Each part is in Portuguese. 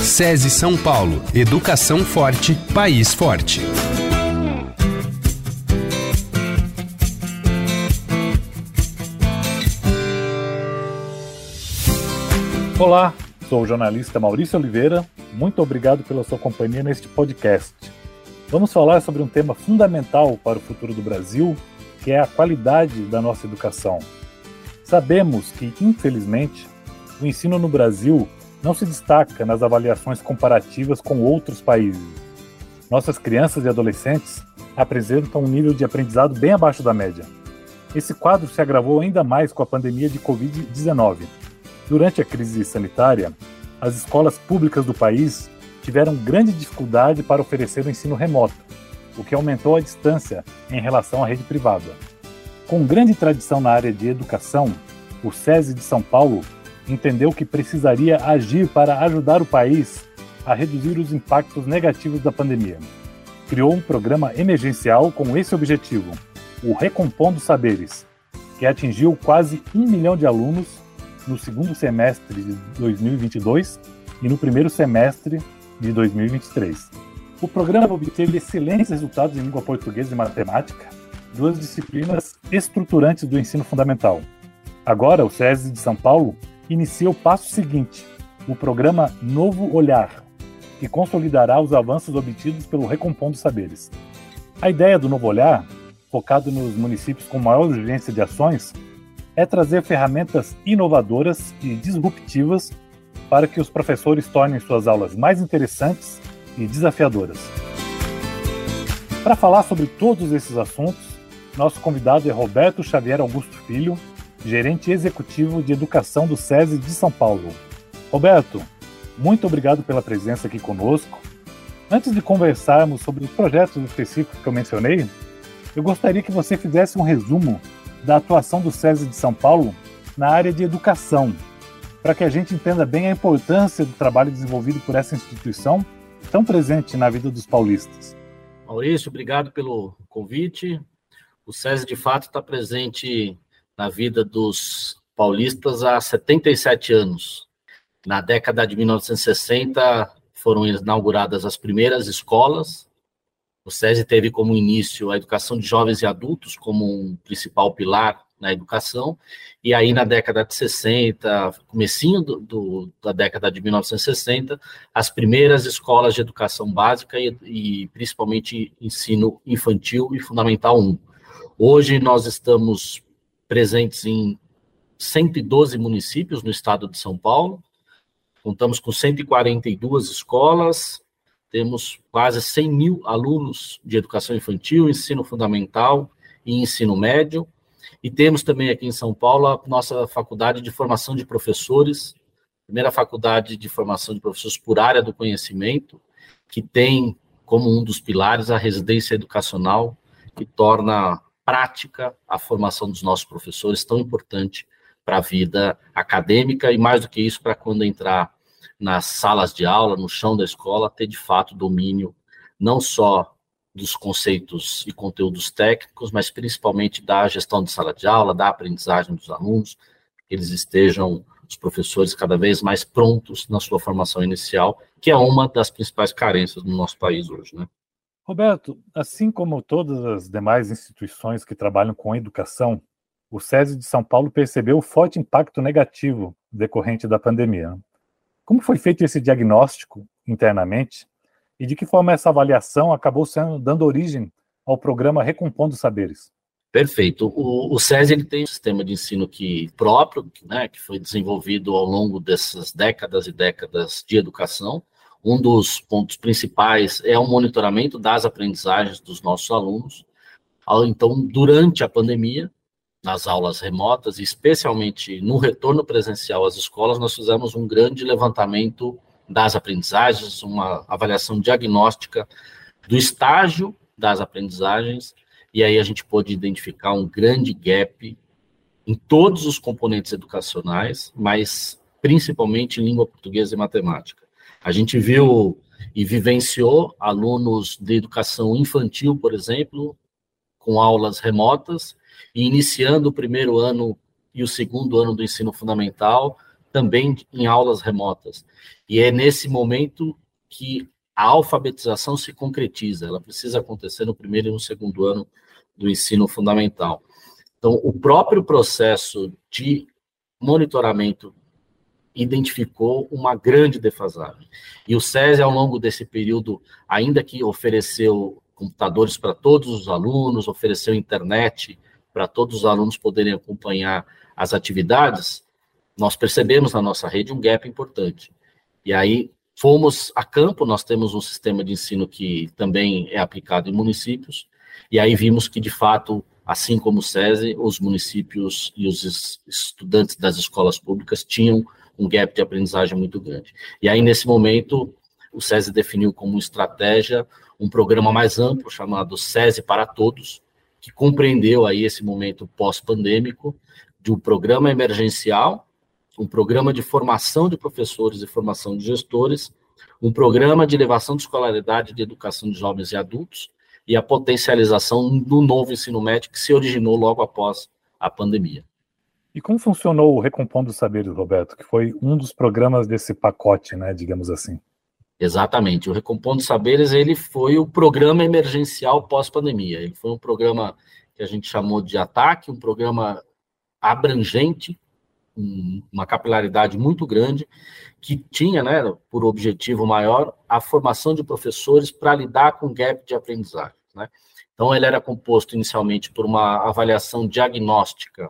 SESI São Paulo. Educação forte, país forte. Olá, sou o jornalista Maurício Oliveira. Muito obrigado pela sua companhia neste podcast. Vamos falar sobre um tema fundamental para o futuro do Brasil, que é a qualidade da nossa educação. Sabemos que, infelizmente, o ensino no Brasil não se destaca nas avaliações comparativas com outros países. Nossas crianças e adolescentes apresentam um nível de aprendizado bem abaixo da média. Esse quadro se agravou ainda mais com a pandemia de Covid-19. Durante a crise sanitária, as escolas públicas do país tiveram grande dificuldade para oferecer o ensino remoto, o que aumentou a distância em relação à rede privada. Com grande tradição na área de educação, o SESI de São Paulo entendeu que precisaria agir para ajudar o país a reduzir os impactos negativos da pandemia. Criou um programa emergencial com esse objetivo, o Recompondo Saberes, que atingiu quase 1 milhão de alunos no segundo semestre de 2022 e no primeiro semestre de 2023. O programa obteve excelentes resultados em língua portuguesa e matemática, duas disciplinas estruturantes do ensino fundamental. Agora, o SESI de São Paulo inicia o passo seguinte, o programa Novo Olhar, que consolidará os avanços obtidos pelo Recompondo Saberes. A ideia do Novo Olhar, focado nos municípios com maior urgência de ações, é trazer ferramentas inovadoras e disruptivas para que os professores tornem suas aulas mais interessantes e desafiadoras. Para falar sobre todos esses assuntos, nosso convidado é Roberto Xavier Augusto Filho, gerente executivo de educação do SESI de São Paulo. Roberto, muito obrigado pela presença aqui conosco. Antes de conversarmos sobre os projetos específicos que eu mencionei, eu gostaria que você fizesse um resumo da atuação do SESI de São Paulo na área de educação, para que a gente entenda bem a importância do trabalho desenvolvido por essa instituição tão presente na vida dos paulistas. Maurício, obrigado pelo convite. O SESI, de fato, está presente na vida dos paulistas há 77 anos. Na década de 1960, foram inauguradas as primeiras escolas. O SESI teve como início a educação de jovens e adultos como um principal pilar na educação, e aí na década de 60, comecinho da década de 1960, as primeiras escolas de educação básica e principalmente ensino infantil e fundamental 1. Hoje nós estamos presentes em 112 municípios no estado de São Paulo, contamos com 142 escolas, temos quase 100 mil alunos de educação infantil, ensino fundamental e ensino médio, e temos também aqui em São Paulo a nossa faculdade de formação de professores, primeira faculdade de formação de professores por área do conhecimento, que tem como um dos pilares a residência educacional, que torna prática a formação dos nossos professores, tão importante para a vida acadêmica e, mais do que isso, para quando entrar nas salas de aula, no chão da escola, ter de fato domínio não só dos conceitos e conteúdos técnicos, mas principalmente da gestão de sala de aula, da aprendizagem dos alunos, que eles estejam, os professores, cada vez mais prontos na sua formação inicial, que é uma das principais carências no nosso país hoje, né? Roberto, assim como todas as demais instituições que trabalham com educação, o SESI de São Paulo percebeu o forte impacto negativo decorrente da pandemia. Como foi feito esse diagnóstico internamente e de que forma essa avaliação acabou dando origem ao programa Recompondo Saberes? Perfeito. O SESI ele tem um sistema de ensino próprio, né, que foi desenvolvido ao longo dessas décadas e décadas de educação. Um dos pontos principais é o monitoramento das aprendizagens dos nossos alunos. Então, durante a pandemia, nas aulas remotas, e especialmente no retorno presencial às escolas, nós fizemos um grande levantamento das aprendizagens, uma avaliação diagnóstica do estágio das aprendizagens, e aí a gente pôde identificar um grande gap em todos os componentes educacionais, mas principalmente em língua portuguesa e matemática. A gente viu e vivenciou alunos de educação infantil, por exemplo, com aulas remotas, e iniciando o primeiro ano e o segundo ano do ensino fundamental também em aulas remotas. E é nesse momento que a alfabetização se concretiza, ela precisa acontecer no primeiro e no segundo ano do ensino fundamental. Então, o próprio processo de monitoramento identificou uma grande defasagem. E o SESI, ao longo desse período, ainda que ofereceu computadores para todos os alunos, ofereceu internet para todos os alunos poderem acompanhar as atividades, nós percebemos na nossa rede um gap importante. E aí fomos a campo, nós temos um sistema de ensino que também é aplicado em municípios, e aí vimos que, de fato, assim como o SESI, os municípios e os estudantes das escolas públicas tinham um gap de aprendizagem muito grande. E aí, nesse momento, o SESI definiu como estratégia um programa mais amplo, chamado SESI para Todos, que compreendeu aí esse momento pós-pandêmico de um programa emergencial, um programa de formação de professores e formação de gestores, um programa de elevação de escolaridade e de educação de jovens e adultos, e a potencialização do novo ensino médio que se originou logo após a pandemia. E como funcionou o Recompondo Saberes, Roberto, que foi um dos programas desse pacote, né, digamos assim? Exatamente. O Recompondo Saberes, ele foi o programa emergencial pós-pandemia. Ele foi um programa que a gente chamou de ataque, um programa abrangente, uma capilaridade muito grande, que tinha, né, por objetivo maior, a formação de professores para lidar com o gap de aprendizagem, né? Então, ele era composto inicialmente por uma avaliação diagnóstica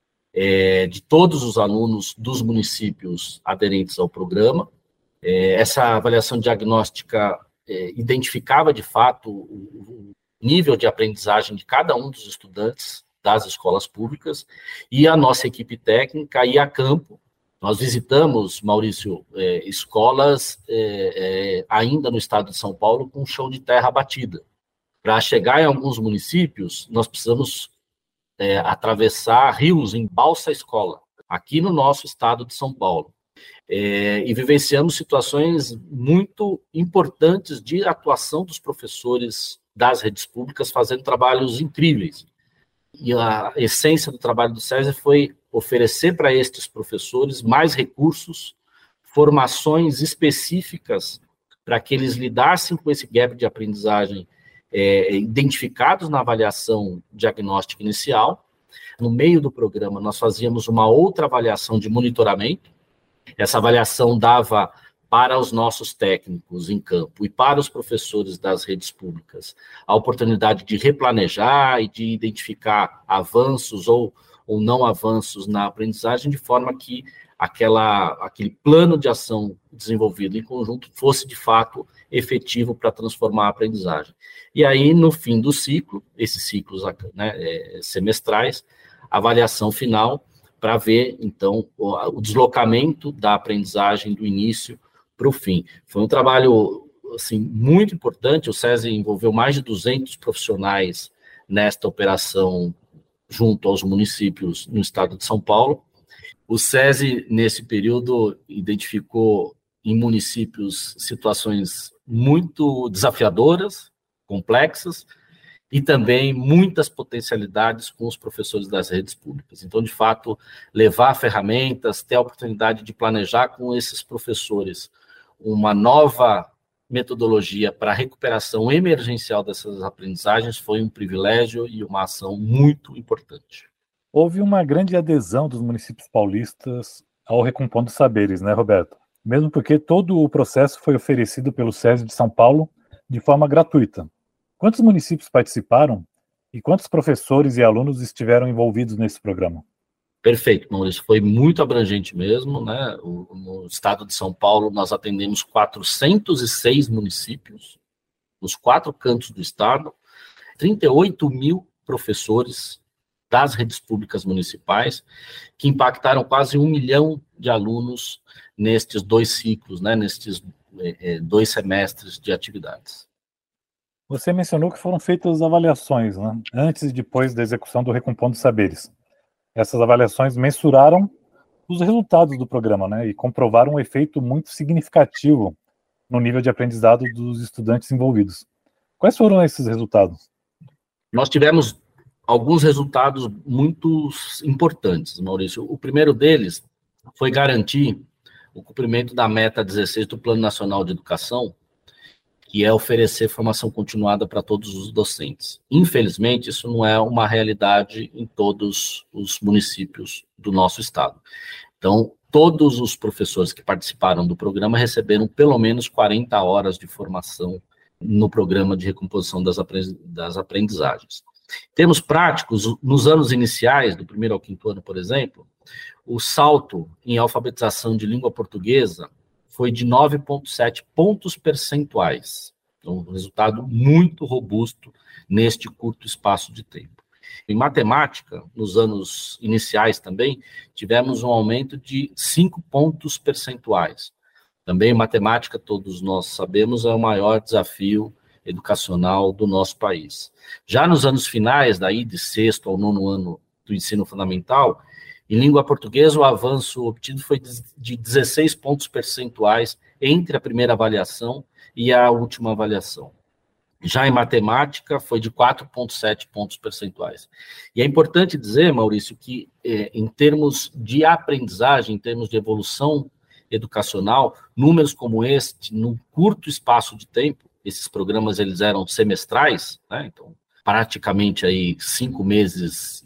de todos os alunos dos municípios aderentes ao programa. Essa avaliação diagnóstica identificava, de fato, o nível de aprendizagem de cada um dos estudantes das escolas públicas, e a nossa equipe técnica ia a campo. Nós visitamos, Maurício, escolas ainda no estado de São Paulo com chão de terra batida. Para chegar em alguns municípios, nós precisamos atravessar rios em balsa-escola, aqui no nosso estado de São Paulo. E vivenciamos situações muito importantes de atuação dos professores das redes públicas, fazendo trabalhos incríveis. E a essência do trabalho do SESI foi oferecer para estes professores mais recursos, formações específicas para que eles lidassem com esse gap de aprendizagem identificados na avaliação diagnóstica inicial. No meio do programa, nós fazíamos uma outra avaliação de monitoramento. Essa avaliação dava para os nossos técnicos em campo e para os professores das redes públicas a oportunidade de replanejar e de identificar avanços ou não avanços na aprendizagem, de forma que aquele plano de ação desenvolvido em conjunto fosse, de fato, efetivo para transformar a aprendizagem. E aí, no fim do ciclo, esses ciclos, né, semestrais, a avaliação final para ver, então, o deslocamento da aprendizagem do início para o fim. Foi um trabalho, assim, muito importante. O SESI envolveu mais de 200 profissionais nesta operação junto aos municípios no estado de São Paulo. O SESI, nesse período, identificou em municípios situações muito desafiadoras, complexas, e também muitas potencialidades com os professores das redes públicas. Então, de fato, levar ferramentas, ter a oportunidade de planejar com esses professores uma nova metodologia para a recuperação emergencial dessas aprendizagens foi um privilégio e uma ação muito importante. Houve uma grande adesão dos municípios paulistas ao Recompondo Saberes, né, Roberto? Mesmo porque todo o processo foi oferecido pelo SESI de São Paulo de forma gratuita. Quantos municípios participaram e quantos professores e alunos estiveram envolvidos nesse programa? Perfeito, Maurício. Foi muito abrangente mesmo, né? No estado de São Paulo, nós atendemos 406 municípios, nos 4 cantos do estado, 38 mil professores das redes públicas municipais, que impactaram quase 1 milhão de alunos nestes 2 ciclos, né? Nestes 2 semestres de atividades. Você mencionou que foram feitas avaliações, né? Antes e depois da execução do Recompondo Saberes. Essas avaliações mensuraram os resultados do programa, né, e comprovaram um efeito muito significativo no nível de aprendizado dos estudantes envolvidos. Quais foram esses resultados? Nós tivemos alguns resultados muito importantes, Maurício. O primeiro deles foi garantir o cumprimento da meta 16 do Plano Nacional de Educação, que é oferecer formação continuada para todos os docentes. Infelizmente, isso não é uma realidade em todos os municípios do nosso estado. Então, todos os professores que participaram do programa receberam pelo menos 40 horas de formação no programa de recomposição das aprendizagens. Em termos práticos, nos anos iniciais, do 1º ao 5º ano, por exemplo, o salto em alfabetização de língua portuguesa foi de 9,7 pontos percentuais. Então, um resultado muito robusto neste curto espaço de tempo. Em matemática, nos anos iniciais também, tivemos um aumento de 5 pontos percentuais. Também matemática, todos nós sabemos, é o maior desafio educacional do nosso país. Já nos anos finais, daí de 6º ao 9º ano do ensino fundamental, em língua portuguesa, o avanço obtido foi de 16 pontos percentuais entre a primeira avaliação e a última avaliação. Já em matemática, foi de 4,7 pontos percentuais. E é importante dizer, Maurício, que em termos de aprendizagem, em termos de evolução educacional, números como este, num curto espaço de tempo, esses programas eles eram semestrais, né? Então, praticamente aí 5 meses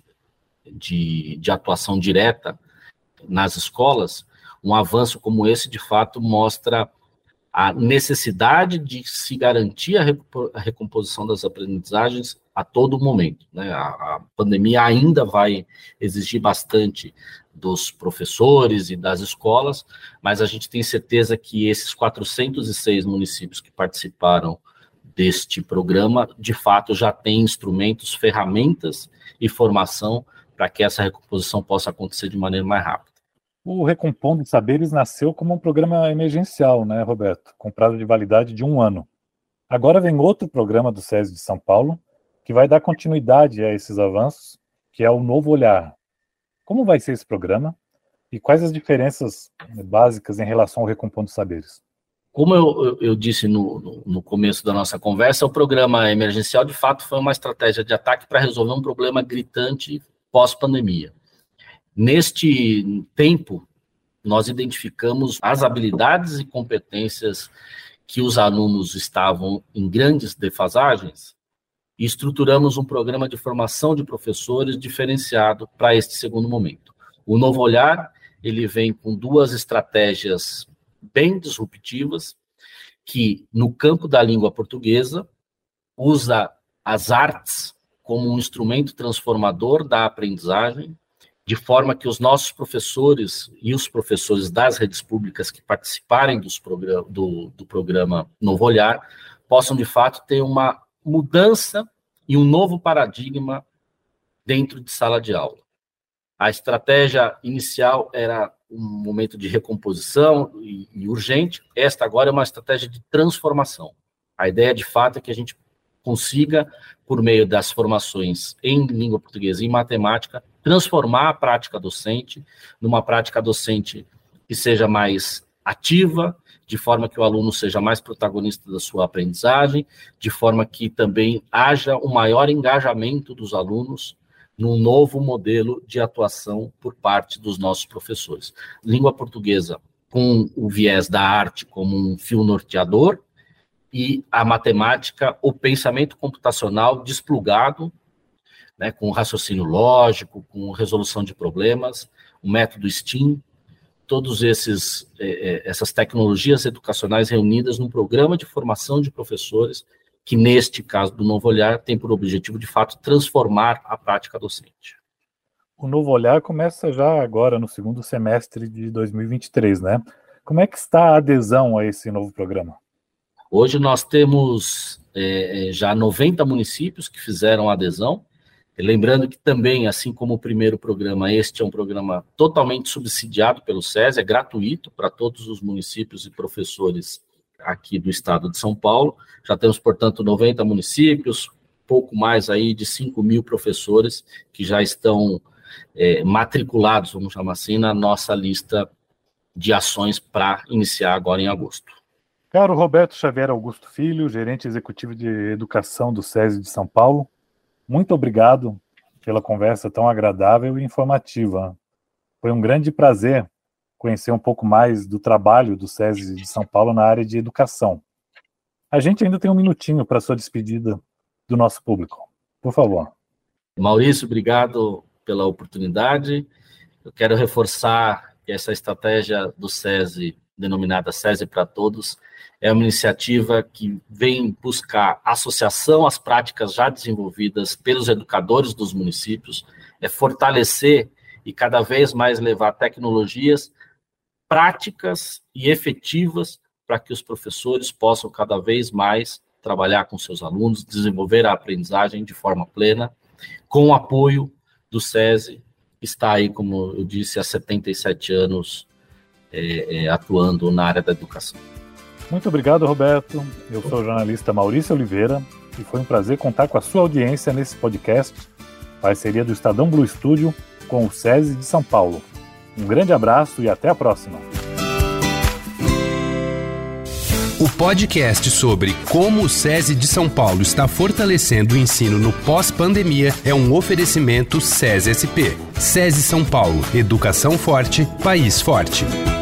de atuação direta nas escolas, um avanço como esse, de fato, mostra a necessidade de se garantir a recomposição das aprendizagens a todo momento, né? A pandemia ainda vai exigir bastante dos professores e das escolas, mas a gente tem certeza que esses 406 municípios que participaram deste programa, de fato, já têm instrumentos, ferramentas e formação para que essa recomposição possa acontecer de maneira mais rápida. O Recompondo Saberes nasceu como um programa emergencial, né, Roberto? Com prazo de validade de 1 ano. Agora vem outro programa do SESI de São Paulo, que vai dar continuidade a esses avanços, que é o Novo Olhar. Como vai ser esse programa? E quais as diferenças básicas em relação ao Recompondo Saberes? Como eu disse no começo da nossa conversa, o programa emergencial, de fato, foi uma estratégia de ataque para resolver um problema gritante pós-pandemia. Neste tempo, nós identificamos as habilidades e competências que os alunos estavam em grandes defasagens e estruturamos um programa de formação de professores diferenciado para este segundo momento. O Novo Olhar, ele vem com 2 estratégias bem disruptivas, que no campo da língua portuguesa usa as artes como um instrumento transformador da aprendizagem, de forma que os nossos professores e os professores das redes públicas que participarem do programa Novo Olhar possam, de fato, ter uma mudança e um novo paradigma dentro de sala de aula. A estratégia inicial era um momento de recomposição e urgente, esta agora é uma estratégia de transformação. A ideia, de fato, é que a gente consiga, por meio das formações em língua portuguesa e em matemática, transformar a prática docente numa prática docente que seja mais ativa, de forma que o aluno seja mais protagonista da sua aprendizagem, de forma que também haja um maior engajamento dos alunos num novo modelo de atuação por parte dos nossos professores. Língua portuguesa com o viés da arte como um fio norteador, e a matemática, o pensamento computacional desplugado, né, com raciocínio lógico, com resolução de problemas, o método STEAM, todos essas tecnologias educacionais reunidas num programa de formação de professores, que neste caso do Novo Olhar tem por objetivo, de fato, transformar a prática docente. O Novo Olhar começa já agora no 2º semestre de 2023, né? Como é que está a adesão a esse novo programa? Hoje nós temos já 90 municípios que fizeram adesão, lembrando que também, assim como o primeiro programa, este é um programa totalmente subsidiado pelo SESI, é gratuito para todos os municípios e professores aqui do estado de São Paulo. Já temos, portanto, 90 municípios, pouco mais aí de 5.000 professores que já estão matriculados, vamos chamar assim, na nossa lista de ações para iniciar agora em agosto. Caro Roberto Xavier Augusto Filho, gerente executivo de educação do SESI de São Paulo, muito obrigado pela conversa tão agradável e informativa. Foi um grande prazer conhecer um pouco mais do trabalho do SESI de São Paulo na área de educação. A gente ainda tem um minutinho para a sua despedida do nosso público. Por favor. Maurício, obrigado pela oportunidade. Eu quero reforçar que essa estratégia do SESI, denominada SESI para Todos, é uma iniciativa que vem buscar associação às práticas já desenvolvidas pelos educadores dos municípios, é fortalecer e cada vez mais levar tecnologias práticas e efetivas para que os professores possam cada vez mais trabalhar com seus alunos, desenvolver a aprendizagem de forma plena, com o apoio do SESI, que está aí, como eu disse, há 77 anos atuando na área da educação. Muito obrigado, Roberto. Eu sou o jornalista Maurício Oliveira e foi um prazer contar com a sua audiência nesse podcast, parceria do Estadão Blue Studio com o SESI de São Paulo. Um grande abraço e até a próxima. O podcast sobre como o SESI de São Paulo está fortalecendo o ensino no pós-pandemia é um oferecimento SESI SP. SESI São Paulo. Educação forte, país forte.